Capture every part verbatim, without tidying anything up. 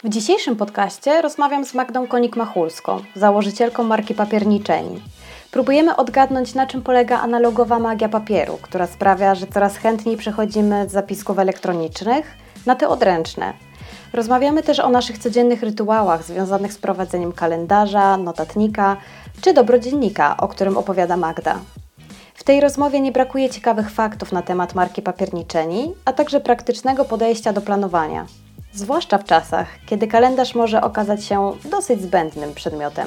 W dzisiejszym podcaście rozmawiam z Magdą Konik-Machulską, założycielką marki Papierniczeni. Próbujemy odgadnąć, na czym polega analogowa magia papieru, która sprawia, że coraz chętniej przechodzimy z zapisków elektronicznych na te odręczne. Rozmawiamy też o naszych codziennych rytuałach związanych z prowadzeniem kalendarza, notatnika czy dobrodziennika, o którym opowiada Magda. W tej rozmowie nie brakuje ciekawych faktów na temat marki Papierniczeni, a także praktycznego podejścia do planowania. Zwłaszcza w czasach, kiedy kalendarz może okazać się dosyć zbędnym przedmiotem.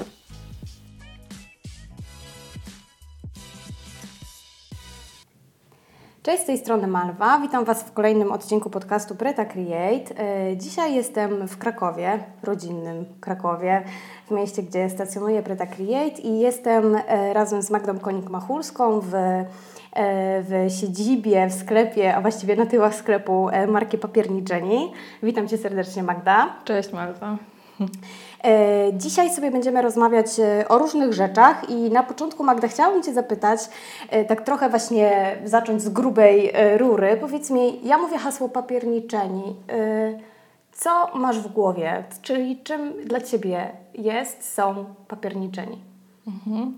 Cześć, z tej strony Malwa. Witam Was w kolejnym odcinku podcastu Preta Create. Dzisiaj jestem w Krakowie, rodzinnym Krakowie, w mieście, gdzie stacjonuje Preta Create i jestem razem z Magdą Konik-Machulską w, w siedzibie, w sklepie, a właściwie na tyłach sklepu marki Papierniczeni. Witam Cię serdecznie, Magda. Cześć, Malwa. Dzisiaj sobie będziemy rozmawiać o różnych rzeczach i na początku, Magda, chciałabym Cię zapytać, tak trochę właśnie zacząć z grubej rury. Powiedz mi, ja mówię hasło Papierniczeni. Co masz w głowie? Czyli czym dla Ciebie jest, są Papierniczeni? Mhm.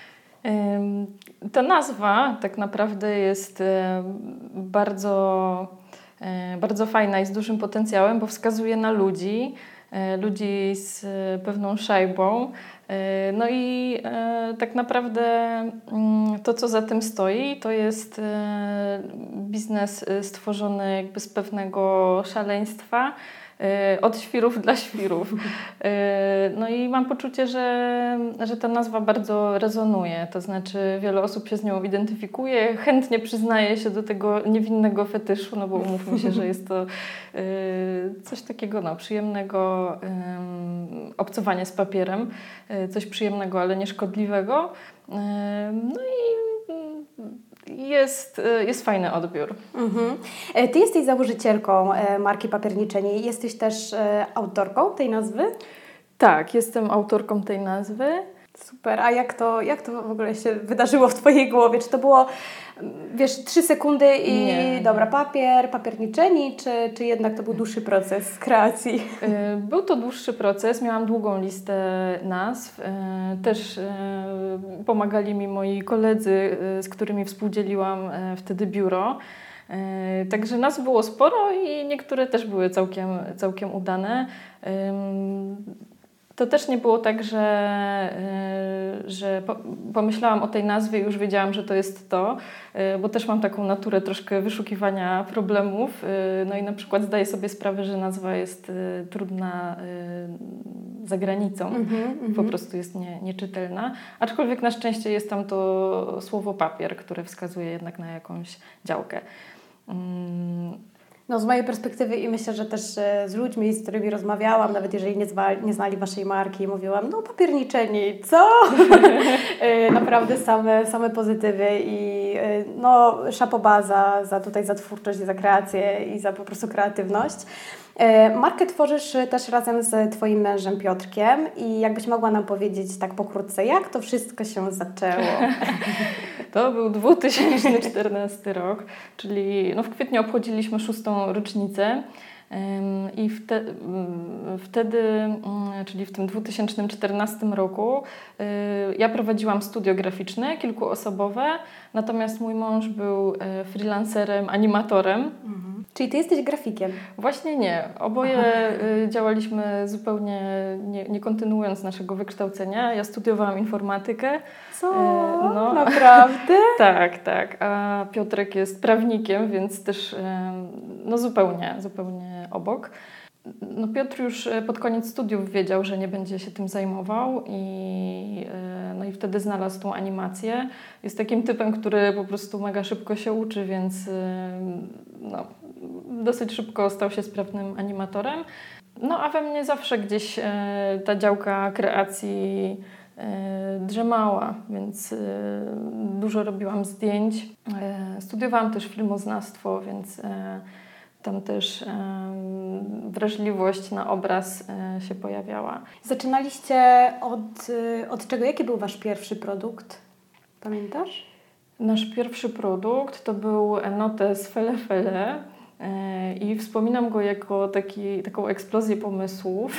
Ta nazwa tak naprawdę jest bardzo, bardzo fajna i z dużym potencjałem, bo wskazuje na ludzi, ludzi z pewną szajbą. No i tak naprawdę to, co za tym stoi, to jest biznes stworzony jakby z pewnego szaleństwa, od świrów dla świrów. No i mam poczucie, że, że ta nazwa bardzo rezonuje, to znaczy wiele osób się z nią identyfikuje, chętnie przyznaje się do tego niewinnego fetyszu, no bo umówmy się, że jest to coś takiego no, przyjemnego, obcowanie z papierem, coś przyjemnego, ale nieszkodliwego. No i Jest, jest fajny odbiór. Mhm. Ty jesteś założycielką marki Papierniczeni. Jesteś też autorką tej nazwy? Tak, jestem autorką tej nazwy. Super. A jak to, jak to w ogóle się wydarzyło w Twojej głowie? Czy to było, wiesz, trzy sekundy i nie. dobra, papier, Papierniczeni, czy, czy jednak to był dłuższy proces kreacji? Był to dłuższy proces. Miałam długą listę nazw. Też pomagali mi moi koledzy, z którymi współdzieliłam wtedy biuro. Także nazw było sporo i niektóre też były całkiem, całkiem udane. To też nie było tak, że, że pomyślałam o tej nazwie i już wiedziałam, że to jest to, bo też mam taką naturę troszkę wyszukiwania problemów. No i na przykład zdaję sobie sprawę, że nazwa jest trudna za granicą, mm-hmm, po prostu jest nie, nieczytelna. Aczkolwiek na szczęście jest tam to słowo papier, które wskazuje jednak na jakąś działkę. No z mojej perspektywy i myślę, że też z ludźmi, z którymi rozmawiałam, nawet jeżeli nie, zwa, nie znali Waszej marki, mówiłam, no Papierniczeni, co? Naprawdę same, same pozytywy i no szapoba za, za tutaj za twórczość, za kreację i za po prostu kreatywność. Markę tworzysz też razem z Twoim mężem Piotrkiem i jakbyś mogła nam powiedzieć tak pokrótce, jak to wszystko się zaczęło? To był dwa tysiące czternasty rok, czyli no w kwietniu obchodziliśmy szóstą rocznicę i wte, wtedy, czyli w tym dwa tysiące czternastym roku ja prowadziłam studio graficzne, kilkuosobowe, natomiast mój mąż był freelancerem, animatorem. Mhm. Czyli Ty jesteś grafikiem? Właśnie nie. Oboje Aha. działaliśmy zupełnie nie, nie kontynuując naszego wykształcenia. Ja studiowałam informatykę. Co? No, naprawdę? Tak, tak. A Piotrek jest prawnikiem, więc też no zupełnie, zupełnie obok. No Piotr już pod koniec studiów wiedział, że nie będzie się tym zajmował i, no i wtedy znalazł tą animację. Jest takim typem, który po prostu mega szybko się uczy, więc no, dosyć szybko stał się sprawnym animatorem. No a we mnie zawsze gdzieś ta działka kreacji drzemała, więc dużo robiłam zdjęć. Studiowałam też filmoznawstwo, więc tam też um, wrażliwość na obraz e, się pojawiała. Zaczynaliście od, od czego? Jaki był Wasz pierwszy produkt? Pamiętasz? Nasz pierwszy produkt to był notes Fele Fele. I wspominam go jako taki, taką eksplozję pomysłów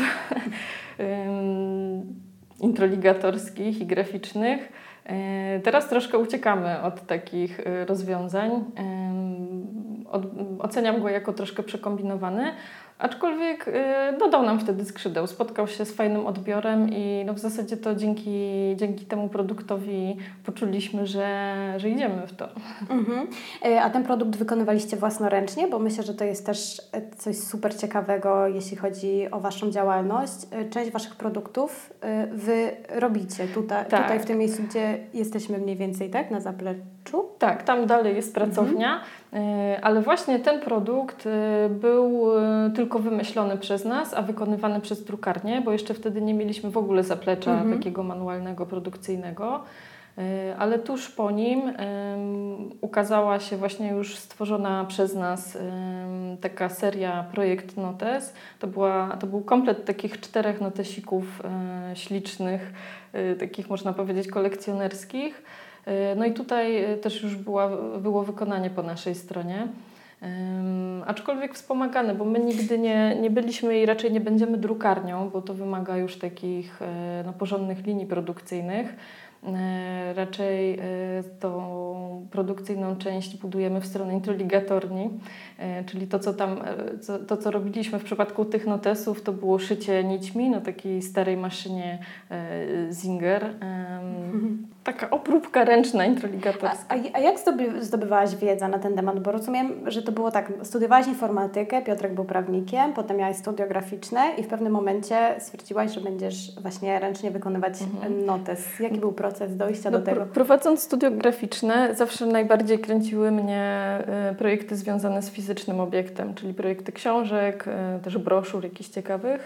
introligatorskich i graficznych. Teraz troszkę uciekamy od takich rozwiązań. Oceniam go jako troszkę przekombinowany, aczkolwiek dodał nam wtedy skrzydeł. Spotkał się z fajnym odbiorem i no w zasadzie to dzięki, dzięki temu produktowi poczuliśmy, że, że idziemy w to. Mhm. A ten produkt wykonywaliście własnoręcznie? Bo myślę, że to jest też coś super ciekawego, jeśli chodzi o Waszą działalność. Część Waszych produktów Wy robicie tutaj, tak. tutaj w tym miejscu, gdzie jesteśmy mniej więcej, tak? Na zapleczu? Tak, tam dalej jest pracownia, mhm. ale właśnie ten produkt był tylko wymyślony przez nas, a wykonywany przez drukarnię, bo jeszcze wtedy nie mieliśmy w ogóle zaplecza mhm. takiego manualnego, produkcyjnego. Ale tuż po nim um, ukazała się właśnie już stworzona przez nas um, taka seria Projekt Notes. To, była, to był komplet takich czterech notesików um, ślicznych, um, takich można powiedzieć kolekcjonerskich. Um, no i tutaj też już była, było wykonanie po naszej stronie. Um, aczkolwiek wspomagane, bo my nigdy nie, nie byliśmy i raczej nie będziemy drukarnią, bo to wymaga już takich no, porządnych linii produkcyjnych. Raczej tą produkcyjną część budujemy w stronę introligatorni, czyli to co tam, co, to co robiliśmy w przypadku tych notesów, to było szycie nićmi na takiej starej maszynie Singer. Taka obróbka ręczna introligatorska. A, a jak zdoby, zdobywałaś wiedzę na ten temat? Bo rozumiem, że to było tak, studiowałaś informatykę, Piotrek był prawnikiem, potem miałaś studio graficzne i w pewnym momencie stwierdziłaś, że będziesz właśnie ręcznie wykonywać mhm. notes. Jaki był proces dojścia no, do tego? Prowadząc studio graficzne zawsze najbardziej kręciły mnie projekty związane z fizycznym obiektem, czyli projekty książek, też broszur jakichś ciekawych.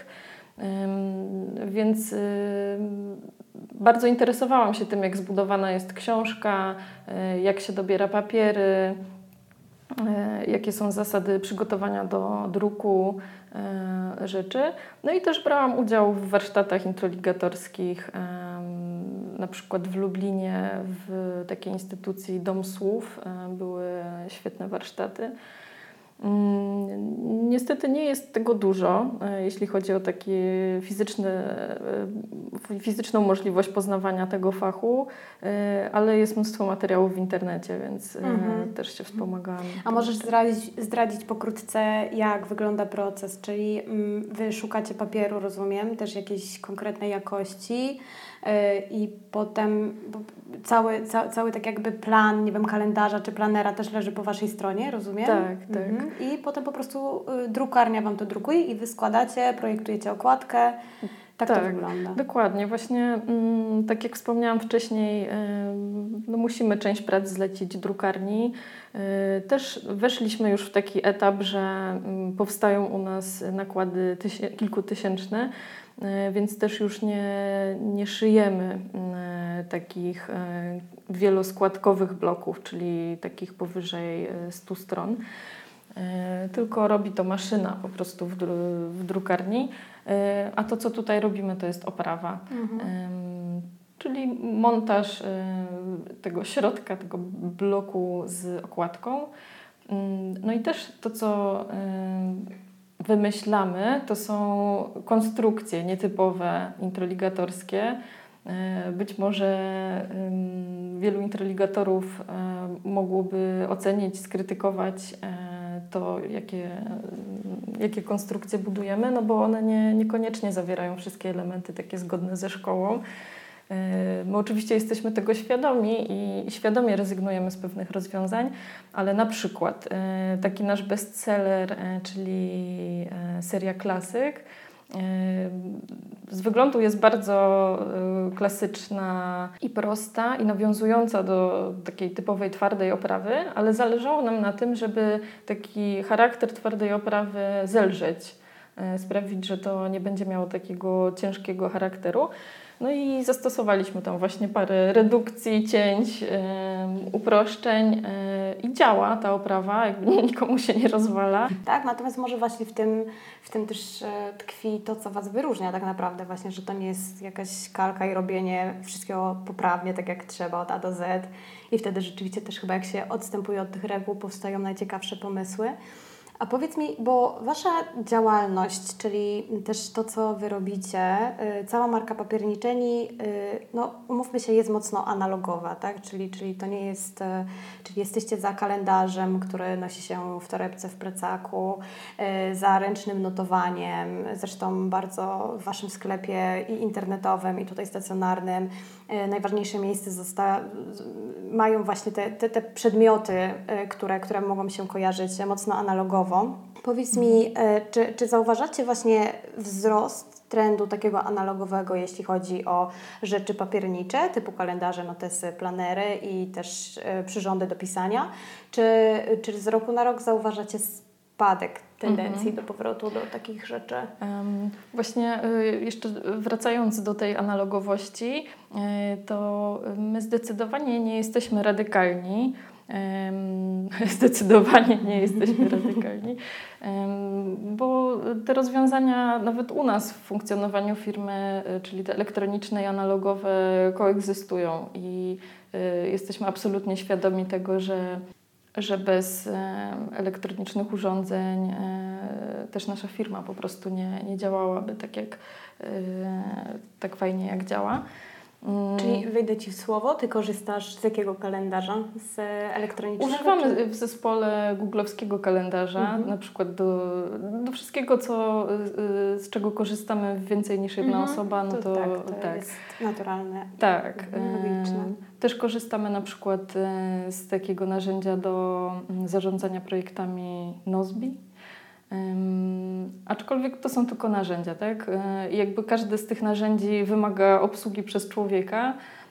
Więc bardzo interesowałam się tym, jak zbudowana jest książka, jak się dobiera papiery, jakie są zasady przygotowania do druku rzeczy. No i też brałam udział w warsztatach introligatorskich, na przykład w Lublinie, w takiej instytucji Dom Słów były świetne warsztaty. Niestety nie jest tego dużo, jeśli chodzi o takie fizyczne, fizyczną możliwość poznawania tego fachu, ale jest mnóstwo materiałów w internecie, więc mhm. też się wspomagałam. A możesz zdradzić, zdradzić pokrótce, jak wygląda proces? Czyli Wy szukacie papieru, rozumiem, też jakiejś konkretnej jakości i potem cały, ca, cały tak jakby plan, nie wiem, kalendarza czy planera też leży po Waszej stronie, rozumiem? Tak, tak. Mhm. I potem po prostu drukarnia Wam to drukuje i Wy składacie, projektujecie okładkę. Tak, tak to wygląda. Dokładnie. Właśnie mm, tak jak wspomniałam wcześniej, yy, no musimy część prac zlecić drukarni. Yy, też weszliśmy już w taki etap, że yy, powstają u nas nakłady tyś- kilkutysięczne, yy, więc też już nie, nie szyjemy yy, takich yy, wieloskładkowych bloków, czyli takich powyżej stu stron. Tylko robi to maszyna po prostu w, dru- w drukarni, a to, co tutaj robimy, to jest oprawa, mhm. czyli montaż tego środka, tego bloku z okładką. No i też to, co wymyślamy, to są konstrukcje nietypowe, introligatorskie. Być może wielu introligatorów mogłoby ocenić, skrytykować to, jakie, jakie konstrukcje budujemy, no bo one nie, niekoniecznie zawierają wszystkie elementy takie zgodne ze szkołą. My oczywiście jesteśmy tego świadomi i świadomie rezygnujemy z pewnych rozwiązań, ale na przykład taki nasz bestseller, czyli seria Klasyk, z wyglądu jest bardzo klasyczna i prosta i nawiązująca do takiej typowej twardej oprawy, ale zależało nam na tym, żeby taki charakter twardej oprawy zelżeć, sprawić, że to nie będzie miało takiego ciężkiego charakteru. No i zastosowaliśmy tam właśnie parę redukcji, cięć, yy, uproszczeń yy, i działa ta oprawa, jakby nikomu się nie rozwala. Tak, natomiast może właśnie w tym, w tym też tkwi to, co Was wyróżnia tak naprawdę właśnie, że to nie jest jakaś kalka i robienie wszystkiego poprawnie, tak jak trzeba od A do Z i wtedy rzeczywiście też chyba jak się odstępuje od tych reguł, powstają najciekawsze pomysły. A powiedz mi, bo Wasza działalność, czyli też to, co Wy robicie, y, cała marka Papierniczeni, y, no umówmy się, jest mocno analogowa, tak? Czyli, czyli to nie jest, y, czyli jesteście za kalendarzem, który nosi się w torebce, w plecaku, y, za ręcznym notowaniem, zresztą bardzo w Waszym sklepie i internetowym, i tutaj stacjonarnym y, najważniejsze miejsce zosta- mają właśnie te, te, te przedmioty, y, które, które mogą się kojarzyć mocno analogowo. Powiedz mi, czy, czy zauważacie właśnie wzrost trendu takiego analogowego, jeśli chodzi o rzeczy papiernicze, typu kalendarze, notesy, planery i też przyrządy do pisania? Czy, czy z roku na rok zauważacie spadek tendencji mhm. do powrotu do takich rzeczy? Um, właśnie y, jeszcze wracając do tej analogowości, y, to my zdecydowanie nie jesteśmy radykalni. Um, zdecydowanie nie jesteśmy radykalni, um, bo te rozwiązania nawet u nas w funkcjonowaniu firmy, czyli te elektroniczne i analogowe, koegzystują i y, jesteśmy absolutnie świadomi tego, że, że bez y, elektronicznych urządzeń y, też nasza firma po prostu nie, nie działałaby tak, jak, y, tak fajnie jak działa. Czyli wejdę Ci w słowo, Ty korzystasz z jakiego kalendarza? Z elektronicznego? Używamy czy... w zespole googlowskiego kalendarza, mhm. na przykład do, do wszystkiego, co, z czego korzystamy więcej niż jedna mhm. osoba. No to, to tak, to tak. jest naturalne. Tak. Logiczne. Też korzystamy na przykład z takiego narzędzia do zarządzania projektami Nozbi. Um, aczkolwiek to są tylko narzędzia, tak? I jakby każde z tych narzędzi wymaga obsługi przez człowieka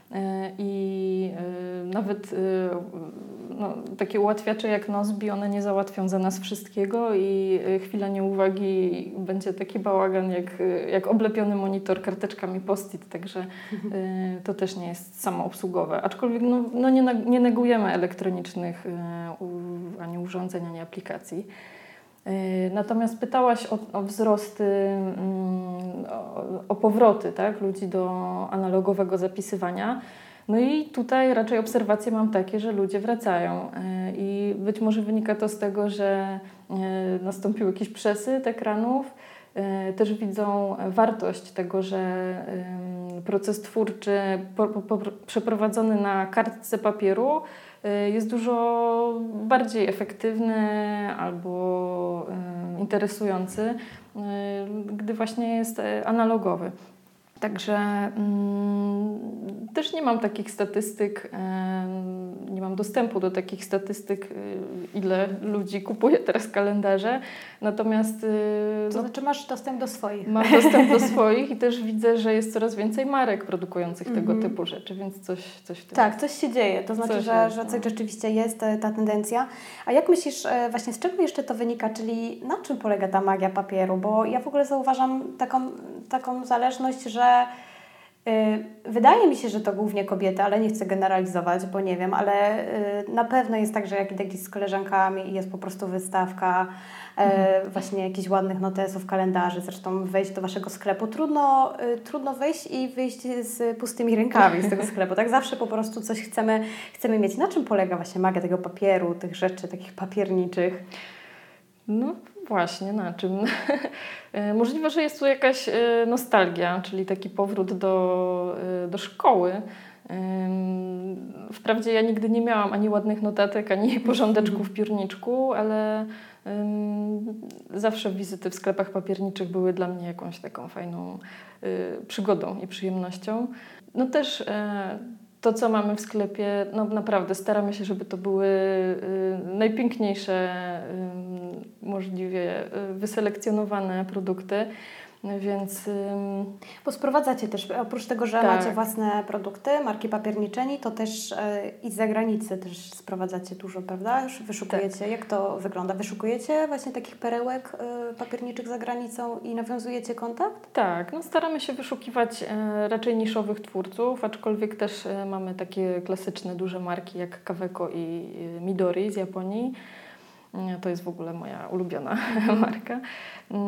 i nawet no, takie ułatwiacze jak Nozbi, one nie załatwią za nas wszystkiego i chwila nieuwagi będzie taki bałagan jak, jak oblepiony monitor karteczkami post-it, także to też nie jest samoobsługowe. Aczkolwiek no, no nie, nie negujemy elektronicznych ani urządzeń, ani aplikacji. Natomiast pytałaś o, o wzrosty, o, o powroty, tak, ludzi do analogowego zapisywania. No i tutaj raczej obserwacje mam takie, że ludzie wracają i być może wynika to z tego, że nastąpił jakiś przesyt ekranów. Też widzą wartość tego, że proces twórczy po, po, przeprowadzony na kartce papieru jest dużo bardziej efektywny albo interesujący, gdy właśnie jest analogowy. Także mm, też nie mam takich statystyk, y, nie mam dostępu do takich statystyk, y, ile ludzi kupuje teraz kalendarze. Natomiast... Y, to no, znaczy masz dostęp do swoich. Mam dostęp do swoich i też widzę, że jest coraz więcej marek produkujących tego mm-hmm. typu rzeczy, więc coś, coś w tym Tak, coś się dzieje. To znaczy, coś że, jest, że coś no. rzeczywiście jest ta tendencja. A jak myślisz, właśnie z czego jeszcze to wynika? Czyli na czym polega ta magia papieru? Bo ja w ogóle zauważam taką, taką zależność, że wydaje mi się, że to głównie kobiety, ale nie chcę generalizować, bo nie wiem, ale na pewno jest tak, że jak idę gdzieś z koleżankami i jest po prostu wystawka mhm. właśnie jakichś ładnych notesów, kalendarzy, zresztą wejść do Waszego sklepu, trudno, trudno wejść i wyjść z pustymi rękami z tego sklepu, tak? Zawsze po prostu coś chcemy, chcemy mieć. Na czym polega właśnie magia tego papieru, tych rzeczy takich papierniczych? No właśnie, na czym? Możliwe, że jest tu jakaś nostalgia, czyli taki powrót do, do szkoły. Wprawdzie ja nigdy nie miałam ani ładnych notatek, ani porządeczków w piórniczku, ale zawsze wizyty w sklepach papierniczych były dla mnie jakąś taką fajną przygodą i przyjemnością. No też to, co mamy w sklepie, no naprawdę staramy się, żeby to były y, najpiękniejsze, y, możliwie y, wyselekcjonowane produkty, więc... Y, Bo sprowadzacie też, oprócz tego, że tak. macie własne produkty, marki Papierniczeni, to też y, i z zagranicy też sprowadzacie dużo, prawda? Już wyszukujecie. Tak. Jak to wygląda? Wyszukujecie właśnie takich perełek y, papierniczych za granicą i nawiązujecie kontakt? Tak, no staramy się wyszukiwać y, raczej niszowych twórców, aczkolwiek też y, mamy takie klasyczne, duże marki jak Kaweco i y, Midori z Japonii. Y, to jest w ogóle moja ulubiona marka. Y,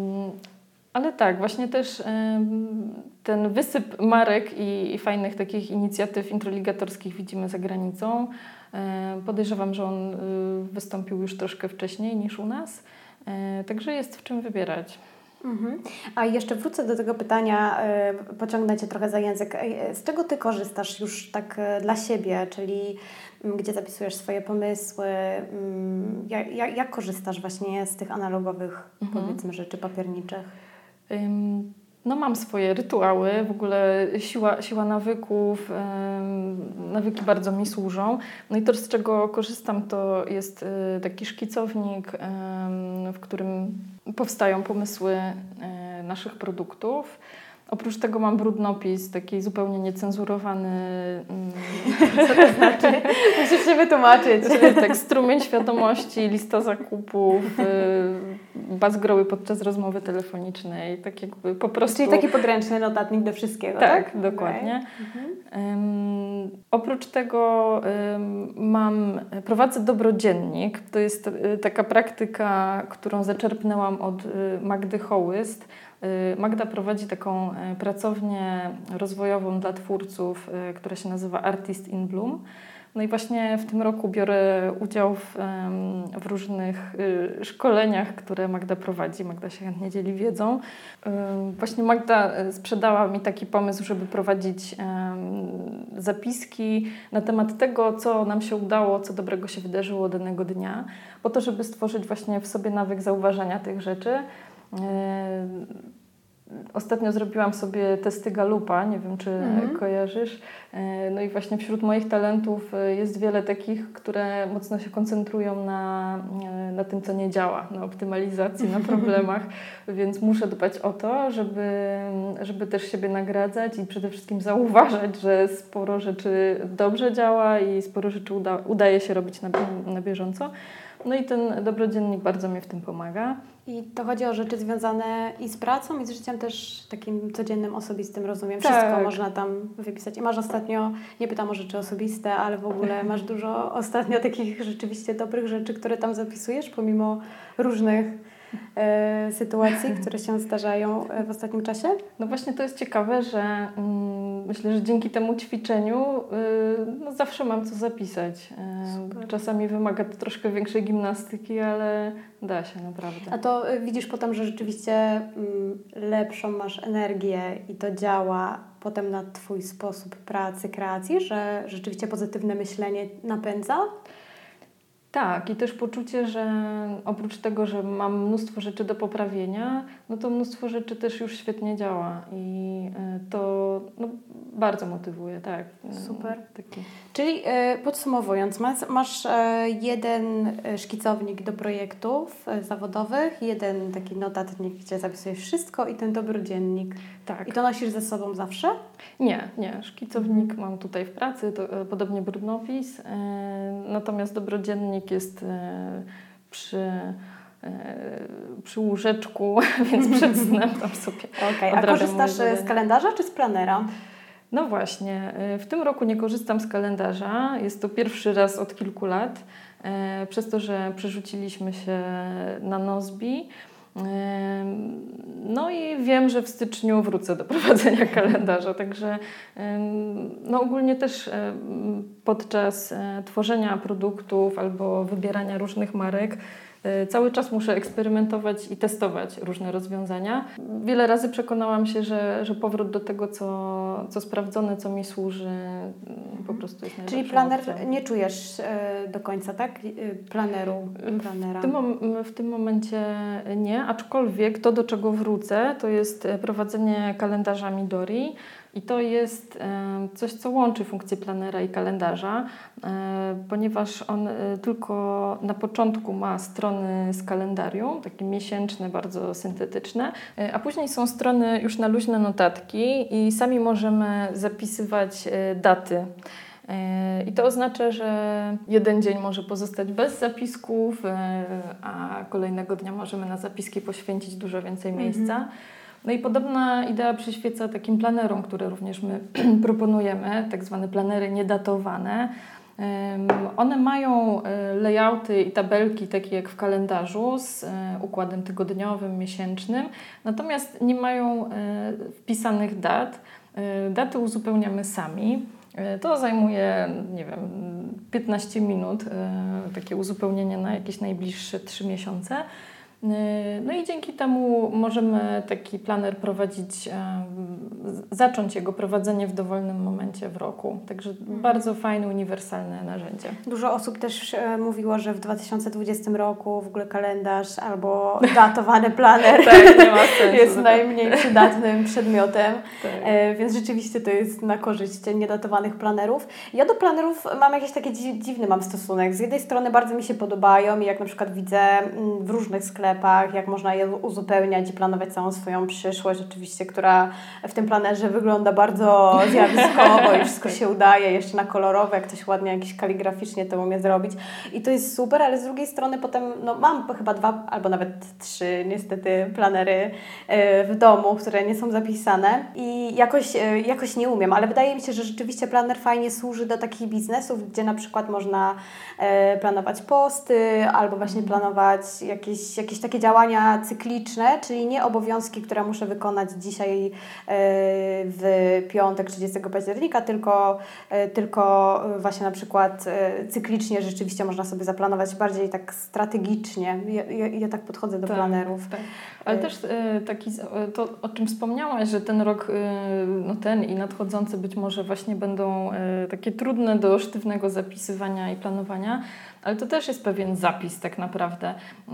Ale tak, właśnie też y, ten wysyp marek i, i fajnych takich inicjatyw introligatorskich widzimy za granicą. Podejrzewam, że on wystąpił już troszkę wcześniej niż u nas, także jest w czym wybierać. Mhm. A jeszcze wrócę do tego pytania, y, pociągnę Cię trochę za język. Y, Z czego Ty korzystasz już tak y, dla siebie, czyli y, gdzie zapisujesz swoje pomysły? Y, jak, jak, jak korzystasz właśnie z tych analogowych, Mhm. powiedzmy, rzeczy papierniczych? Ym, no mam swoje rytuały, w ogóle siła, siła nawyków, ym, nawyki bardzo mi służą. No i to, z czego korzystam, to jest y, taki szkicownik, ym, w którym powstają pomysły y, naszych produktów. Oprócz tego mam brudnopis, taki zupełnie niecenzurowany. Co to znaczy? Musisz się wytłumaczyć. Tak, strumień świadomości, lista zakupów, bazgroły podczas rozmowy telefonicznej, tak jakby po prostu... Czyli taki podręczny notatnik do wszystkiego, tak? tak? Dokładnie. Okay. Um, oprócz tego um, mam, prowadzę dobrodziennik. To jest y, taka praktyka, którą zaczerpnęłam od y, Magdy Hołyst. Magda prowadzi taką pracownię rozwojową dla twórców, która się nazywa Artist in Bloom. No i właśnie w tym roku biorę udział w, w różnych szkoleniach, które Magda prowadzi. Magda się chętnie dzieli wiedzą. Właśnie Magda sprzedała mi taki pomysł, żeby prowadzić zapiski na temat tego, co nam się udało, co dobrego się wydarzyło danego dnia, po to, żeby stworzyć właśnie w sobie nawyk zauważania tych rzeczy. Ostatnio zrobiłam sobie testy Gallupa, nie wiem, czy mhm. kojarzysz. No i właśnie wśród moich talentów jest wiele takich, które mocno się koncentrują na, na tym, co nie działa, na optymalizacji, na problemach, więc muszę dbać o to, żeby, żeby też siebie nagradzać i przede wszystkim zauważać, że sporo rzeczy dobrze działa i sporo rzeczy uda, udaje się robić na, na bieżąco. No i ten dobrodziennik bardzo mi w tym pomaga. I to chodzi o rzeczy związane i z pracą, i z życiem też takim codziennym, osobistym, rozumiem. Tak. Wszystko można tam wypisać. I masz ostatnio, nie pytam o rzeczy osobiste, ale w ogóle masz dużo ostatnio takich rzeczywiście dobrych rzeczy, które tam zapisujesz, pomimo różnych e, sytuacji, które się zdarzają w ostatnim czasie? No właśnie to jest ciekawe, że mm, myślę, że dzięki temu ćwiczeniu y, no zawsze mam co zapisać. Y, czasami wymaga to troszkę większej gimnastyki, ale da się naprawdę. A to y, widzisz potem, że rzeczywiście y, lepszą masz energię i to działa potem na Twój sposób pracy, kreacji, że rzeczywiście pozytywne myślenie napędza? Tak, i też poczucie, że oprócz tego, że mam mnóstwo rzeczy do poprawienia, no to mnóstwo rzeczy też już świetnie działa i to no, bardzo motywuje, tak. Super. Taki. Czyli y, podsumowując, masz, masz y, jeden szkicownik do projektów y, zawodowych, jeden taki notatnik, gdzie zapisujesz wszystko i ten dobrodziennik. Tak. I to nosisz ze sobą zawsze? Nie, nie. Szkicownik mhm. mam tutaj w pracy, to, podobnie brudnopis, y, natomiast dobrodziennik jest y, przy, y, przy łóżeczku, więc przed snem tam sobie okay. A korzystasz z kalendarza czy z planera? No właśnie, w tym roku nie korzystam z kalendarza. Jest to pierwszy raz od kilku lat, przez to, że przerzuciliśmy się na Nozbi. No i wiem, że w styczniu wrócę do prowadzenia kalendarza, także no ogólnie też podczas tworzenia produktów albo wybierania różnych marek cały czas muszę eksperymentować i testować różne rozwiązania. Wiele razy przekonałam się, że, że powrót do tego, co, co sprawdzone, co mi służy, po prostu jest najlepszą Czyli planer opcją. nie czujesz do końca, tak? Planeru, planera. W tym, w tym momencie nie, aczkolwiek to, do czego wrócę, to jest prowadzenie kalendarza Midori. I to jest coś, co łączy funkcję planera i kalendarza, ponieważ on tylko na początku ma strony z kalendarium, takie miesięczne, bardzo syntetyczne, a później są strony już na luźne notatki i sami możemy zapisywać daty. I to oznacza, że jeden dzień może pozostać bez zapisków, a kolejnego dnia możemy na zapiski poświęcić dużo więcej miejsca. Mhm. No i podobna idea przyświeca takim planerom, które również my proponujemy, tak zwane planery niedatowane. One mają layouty i tabelki takie jak w kalendarzu z układem tygodniowym, miesięcznym, natomiast nie mają wpisanych dat. Daty uzupełniamy sami. To zajmuje, nie wiem, piętnaście minut, takie uzupełnienie na jakieś najbliższe trzy miesiące. No i dzięki temu możemy taki planer prowadzić, zacząć jego prowadzenie w dowolnym momencie w roku. Także mhm. bardzo fajne, uniwersalne narzędzie. Dużo osób też mówiło, że w dwa tysiące dwudziestym roku w ogóle kalendarz albo datowany planer tak, nie ma sensu, jest tak. najmniej przydatnym przedmiotem, tak. Więc rzeczywiście to jest na korzyść niedatowanych planerów. Ja do planerów mam jakiś taki dziwny mam stosunek. Z jednej strony bardzo mi się podobają i jak na przykład widzę w różnych sklepach, jak można je uzupełniać i planować całą swoją przyszłość, oczywiście, która w tym planerze wygląda bardzo zjawiskowo i wszystko się udaje, jeszcze na kolorowe, jak ktoś ładnie jakiś kaligraficznie to umie zrobić i to jest super, ale z drugiej strony potem no, mam chyba dwa albo nawet trzy niestety planery w domu, które nie są zapisane i jakoś, jakoś nie umiem, ale wydaje mi się, że rzeczywiście planer fajnie służy do takich biznesów, gdzie na przykład można planować posty albo właśnie planować jakieś, jakieś takie działania cykliczne, czyli nie obowiązki, które muszę wykonać dzisiaj w piątek trzydziestego października, tylko, tylko właśnie na przykład cyklicznie rzeczywiście można sobie zaplanować bardziej tak strategicznie. Ja, ja, ja tak podchodzę do tak, planerów. Tak. Ale też taki, to o czym wspomniałaś, że ten rok, no ten i nadchodzący być może właśnie będą takie trudne do sztywnego zapisywania i planowania, ale to też jest pewien zapis tak naprawdę,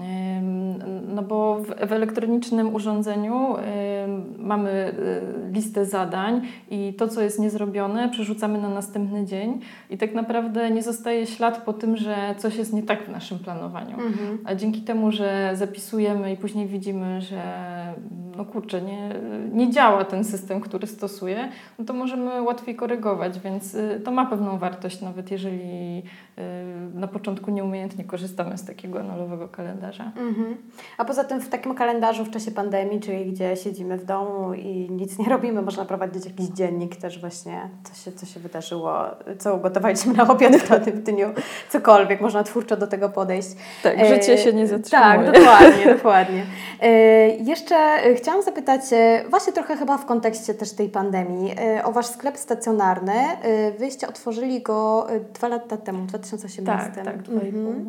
no bo w, w elektronicznym urządzeniu mamy listę zadań i to, co jest niezrobione, przerzucamy na następny dzień i tak naprawdę nie zostaje ślad po tym, że coś jest nie tak w naszym planowaniu. Mhm. A dzięki temu, że zapisujemy i później widzimy, że no kurczę, nie, nie działa ten system, który stosuję, no to możemy łatwiej korygować, więc to ma pewną wartość, nawet jeżeli na początku nieumiejętnie korzystamy z takiego analogowego kalendarza. Mhm. A poza tym w takim kalendarzu w czasie pandemii, czyli gdzie siedzimy w domu i nic nie robimy, można prowadzić jakiś dziennik też właśnie, co się, co się wydarzyło, co ugotowaliśmy na obiad w danym dniu, cokolwiek, można twórczo do tego podejść. Tak, życie się nie zatrzymuje. Tak, dokładnie, dokładnie. E, jeszcze chciałam zapytać, właśnie trochę chyba w kontekście też tej pandemii, o Wasz sklep stacjonarny. Wyście otworzyli go dwa lata temu, w dwa tysiące osiemnastym. Tak, tak, dwa i pół. Mhm.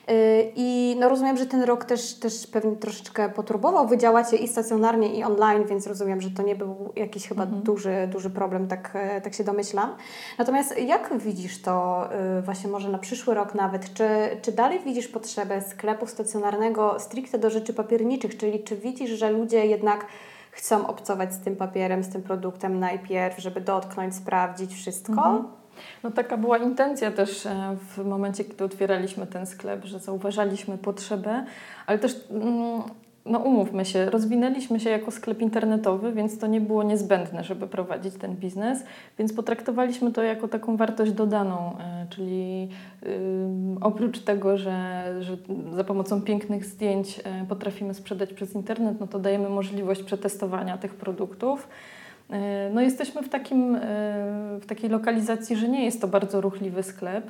I no rozumiem, że ten rok też, też pewnie troszeczkę poturbował. Wy działacie i stacjonarnie, i online, więc rozumiem, że to nie był jakiś chyba mhm. duży, duży problem, tak, tak się domyślam. Natomiast jak widzisz to właśnie może na przyszły rok nawet? Czy, czy dalej widzisz potrzebę sklepu stacjonarnego stricte do rzeczy papierniczych? Czyli czy widzisz, że ludzie jednak chcą obcować z tym papierem, z tym produktem najpierw, żeby dotknąć, sprawdzić wszystko? Mhm. No taka była intencja też w momencie, kiedy otwieraliśmy ten sklep, że zauważaliśmy potrzebę, ale też, no umówmy się, rozwinęliśmy się jako sklep internetowy, więc to nie było niezbędne, żeby prowadzić ten biznes, więc potraktowaliśmy to jako taką wartość dodaną, czyli oprócz tego, że, że za pomocą pięknych zdjęć potrafimy sprzedać przez internet, no to dajemy możliwość przetestowania tych produktów. No jesteśmy w, takim, w takiej lokalizacji, że nie jest to bardzo ruchliwy sklep,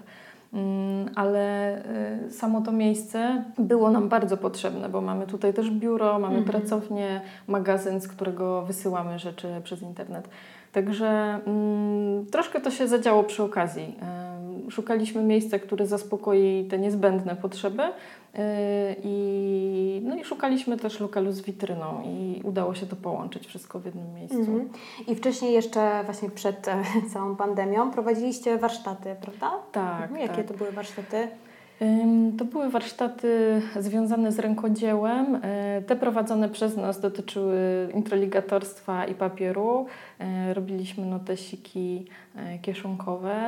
ale samo to miejsce było nam bardzo potrzebne, bo mamy tutaj też biuro, mamy mhm. pracownię, magazyn, z którego wysyłamy rzeczy przez internet. Także mm, troszkę to się zadziało przy okazji. Szukaliśmy miejsca, które zaspokoi te niezbędne potrzeby yy, i, no i szukaliśmy też lokalu z witryną i udało się to połączyć wszystko w jednym miejscu. Mm-hmm. I wcześniej jeszcze właśnie przed e, całą pandemią prowadziliście warsztaty, prawda? Tak. Mhm. Jakie tak. to były warsztaty? To były warsztaty związane z rękodziełem. Te prowadzone przez nas dotyczyły introligatorstwa i papieru. Robiliśmy notesiki kieszonkowe.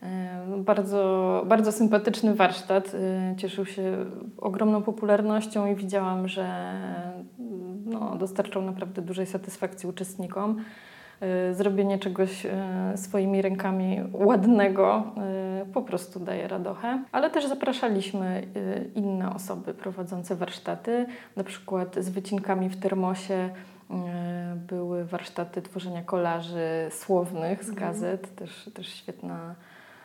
Bardzo, bardzo sympatyczny warsztat. Cieszył się ogromną popularnością i widziałam, że no, dostarczał naprawdę dużej satysfakcji uczestnikom. Zrobienie czegoś swoimi rękami ładnego po prostu daje radochę. Ale też zapraszaliśmy inne osoby prowadzące warsztaty, na przykład z wycinkami w termosie. Były warsztaty tworzenia kolaży słownych z gazet, też, też świetna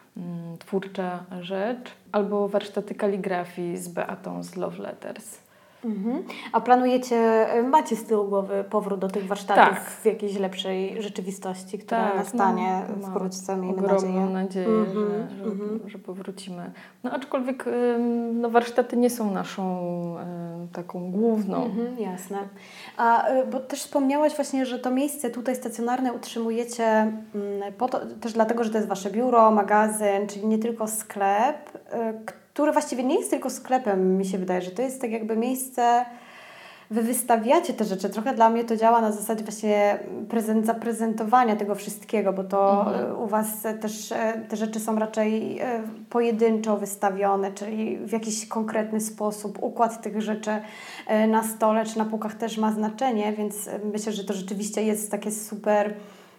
twórcza rzecz. Albo warsztaty kaligrafii z Beatą z Love Letters. Mhm. A planujecie, macie z tyłu głowy powrót do tych warsztatów tak. w jakiejś lepszej rzeczywistości, która tak, nastanie no, wkrótce, miejmy ogromną nadzieję. nadzieję, Mhm, że, że, mhm. że powrócimy. No aczkolwiek no, warsztaty nie są naszą y, taką główną. Mhm, jasne. A, y, bo też wspomniałaś właśnie, że to miejsce tutaj stacjonarne utrzymujecie mm, po to, też dlatego, że to jest wasze biuro, magazyn, czyli nie tylko sklep, y, który właściwie nie jest tylko sklepem, mi się wydaje, że to jest tak jakby miejsce, wy wystawiacie te rzeczy. Trochę dla mnie to działa na zasadzie właśnie prezent, zaprezentowania tego wszystkiego, bo to mhm. u Was też te rzeczy są raczej pojedynczo wystawione, czyli w jakiś konkretny sposób. Układ tych rzeczy na stole czy na półkach też ma znaczenie, więc myślę, że to rzeczywiście jest takie super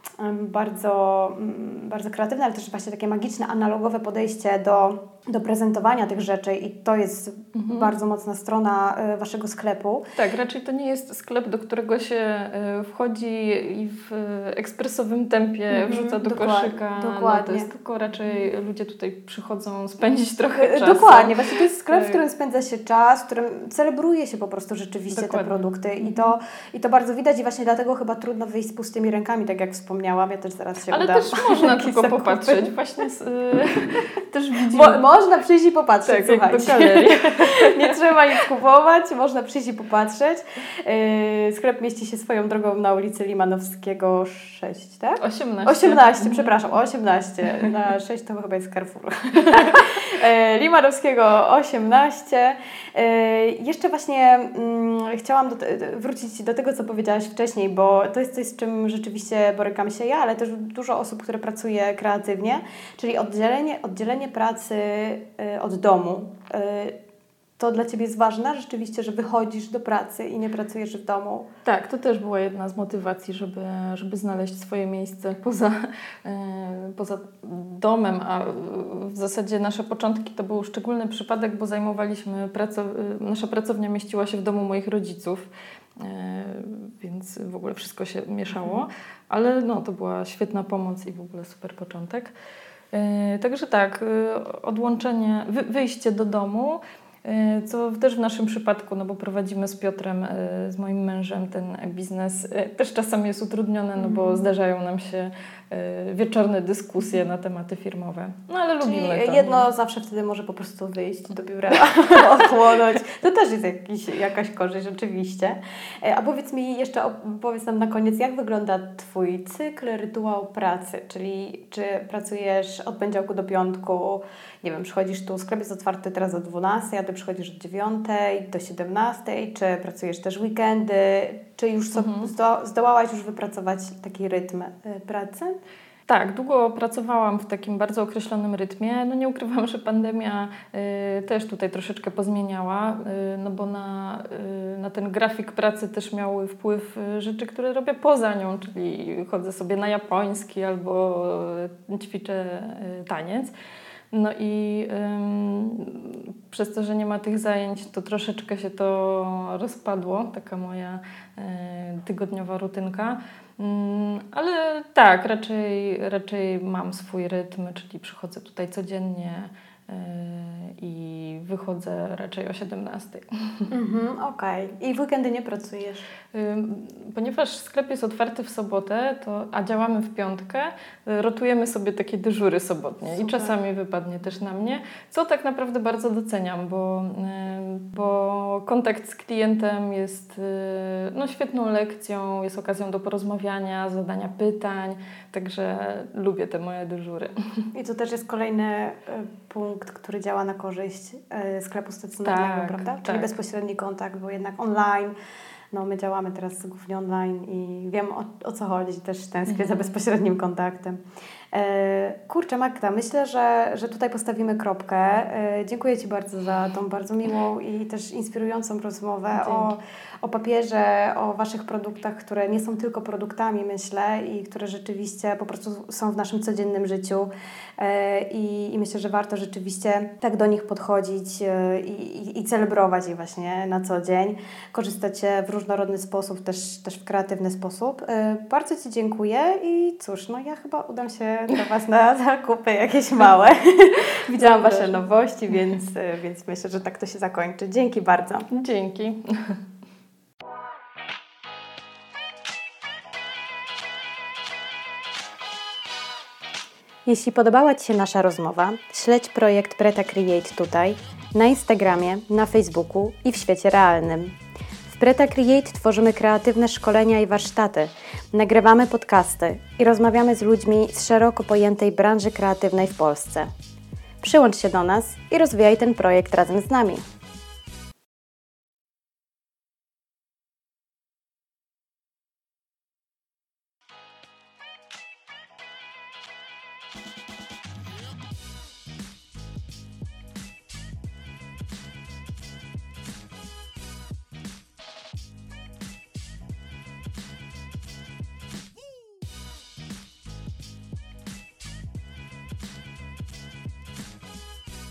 bardzo, bardzo kreatywne, ale też właśnie takie magiczne, analogowe podejście do, do prezentowania tych rzeczy i to jest mhm. bardzo mocna strona Waszego sklepu. Tak, raczej to nie jest sklep, do którego się wchodzi i w ekspresowym tempie mhm. wrzuca do dokładnie, koszyka. Dokładnie. No, to jest tylko raczej ludzie tutaj przychodzą spędzić trochę czasu. Dokładnie, właśnie to jest sklep, w którym spędza się czas, w którym celebruje się po prostu rzeczywiście dokładnie. Te produkty i to, i to bardzo widać i właśnie dlatego chyba trudno wyjść z pustymi rękami, tak jak wspomniałam, ja też zaraz się Ale udam. też można tylko zakupy. Popatrzeć, właśnie z, y, też widzimy. Mo, można przyjść i popatrzeć, tak, słuchajcie. Jak do galerii. Nie trzeba nic kupować, można przyjść i popatrzeć. Yy, sklep mieści się swoją drogą na ulicy Limanowskiego sześć, tak? osiemnaście. osiemnaście, mhm. przepraszam, osiemnaście. Na sześć to chyba jest Carrefour. yy, Limanowskiego osiemnaście. Yy, jeszcze właśnie yy, chciałam do te, wrócić do tego, co powiedziałaś wcześniej, bo to jest coś, z czym rzeczywiście borykam się ja, ale też dużo osób, które pracuje kreatywnie, czyli oddzielenie, oddzielenie pracy yy, od domu. Yy, To dla Ciebie jest ważne rzeczywiście, że wychodzisz do pracy i nie pracujesz w domu? Tak, to też była jedna z motywacji, żeby, żeby znaleźć swoje miejsce poza, yy, poza domem, a w zasadzie nasze początki to był szczególny przypadek, bo zajmowaliśmy, praco- nasza pracownia mieściła się w domu moich rodziców, yy, więc w ogóle wszystko się mieszało, mhm. ale no, to była świetna pomoc i w ogóle super początek. Yy, także tak, yy, odłączenie, wy, wyjście do domu, co też w naszym przypadku, no bo prowadzimy z Piotrem, z moim mężem ten biznes, też czasami jest utrudnione, no bo zdarzają nam się wieczorne dyskusje na tematy firmowe. No ale Czyli lubimy to. jedno zawsze wtedy może po prostu wyjść do biura, ochłonąć. To też jest jakiś, jakaś korzyść oczywiście. A powiedz mi jeszcze, powiedz nam na koniec, jak wygląda Twój cykl, rytuał pracy? Czyli czy pracujesz od poniedziałku do piątku, nie wiem, przychodzisz tu, sklep jest otwarty teraz o dwunastej, a Ty przychodzisz od dziewiątej do siedemnastej, czy pracujesz też weekendy, czy już so, mhm. zdo, zdołałaś już wypracować taki rytm pracy? Tak, długo pracowałam w takim bardzo określonym rytmie. No nie ukrywam, że pandemia y, też tutaj troszeczkę pozmieniała, y, no bo na, y, na ten grafik pracy też miały wpływ y, rzeczy, które robię poza nią, czyli chodzę sobie na japoński albo y, ćwiczę y, taniec. No i ym, przez to, że nie ma tych zajęć, to troszeczkę się to rozpadło, taka moja y, tygodniowa rutynka. Ym, ale tak, raczej, raczej mam swój rytm, czyli przychodzę tutaj codziennie y, i wychodzę raczej o siedemnastej. Mhm, okej. Okay. I w weekendy nie pracujesz? Ponieważ sklep jest otwarty w sobotę, to, a działamy w piątkę, rotujemy sobie takie dyżury sobotnie. Super. I czasami wypadnie też na mnie, co tak naprawdę bardzo doceniam, bo, bo kontakt z klientem jest no, świetną lekcją, jest okazją do porozmawiania, zadania pytań, także lubię te moje dyżury. I to też jest kolejny punkt, który działa na korzyść sklepu stacjonarnego, tak, prawda? Czyli tak. bezpośredni kontakt, bo jednak online. No, my działamy teraz głównie online i wiem o, o co chodzi, też tęsknię mhm. za bezpośrednim kontaktem. E, kurczę Magda, myślę, że, że tutaj postawimy kropkę. E, dziękuję Ci bardzo za tą bardzo miłą i też inspirującą rozmowę o, o papierze, o Waszych produktach, które nie są tylko produktami, myślę, i które rzeczywiście po prostu są w naszym codziennym życiu. E, i, I myślę, że warto rzeczywiście tak do nich podchodzić e, i, i celebrować je właśnie na co dzień, korzystać w różnorodny sposób, też, też w kreatywny sposób. E, bardzo Ci dziękuję i cóż, no ja chyba udam się do Was na zakupy jakieś małe. Widziałam Wasze nowości, więc, więc myślę, że tak to się zakończy. Dzięki bardzo. Dzięki. Jeśli podobała Ci się nasza rozmowa, śledź projekt Preta Create tutaj, na Instagramie, na Facebooku i w świecie realnym. W Preta Create tworzymy kreatywne szkolenia i warsztaty, nagrywamy podcasty i rozmawiamy z ludźmi z szeroko pojętej branży kreatywnej w Polsce. Przyłącz się do nas i rozwijaj ten projekt razem z nami.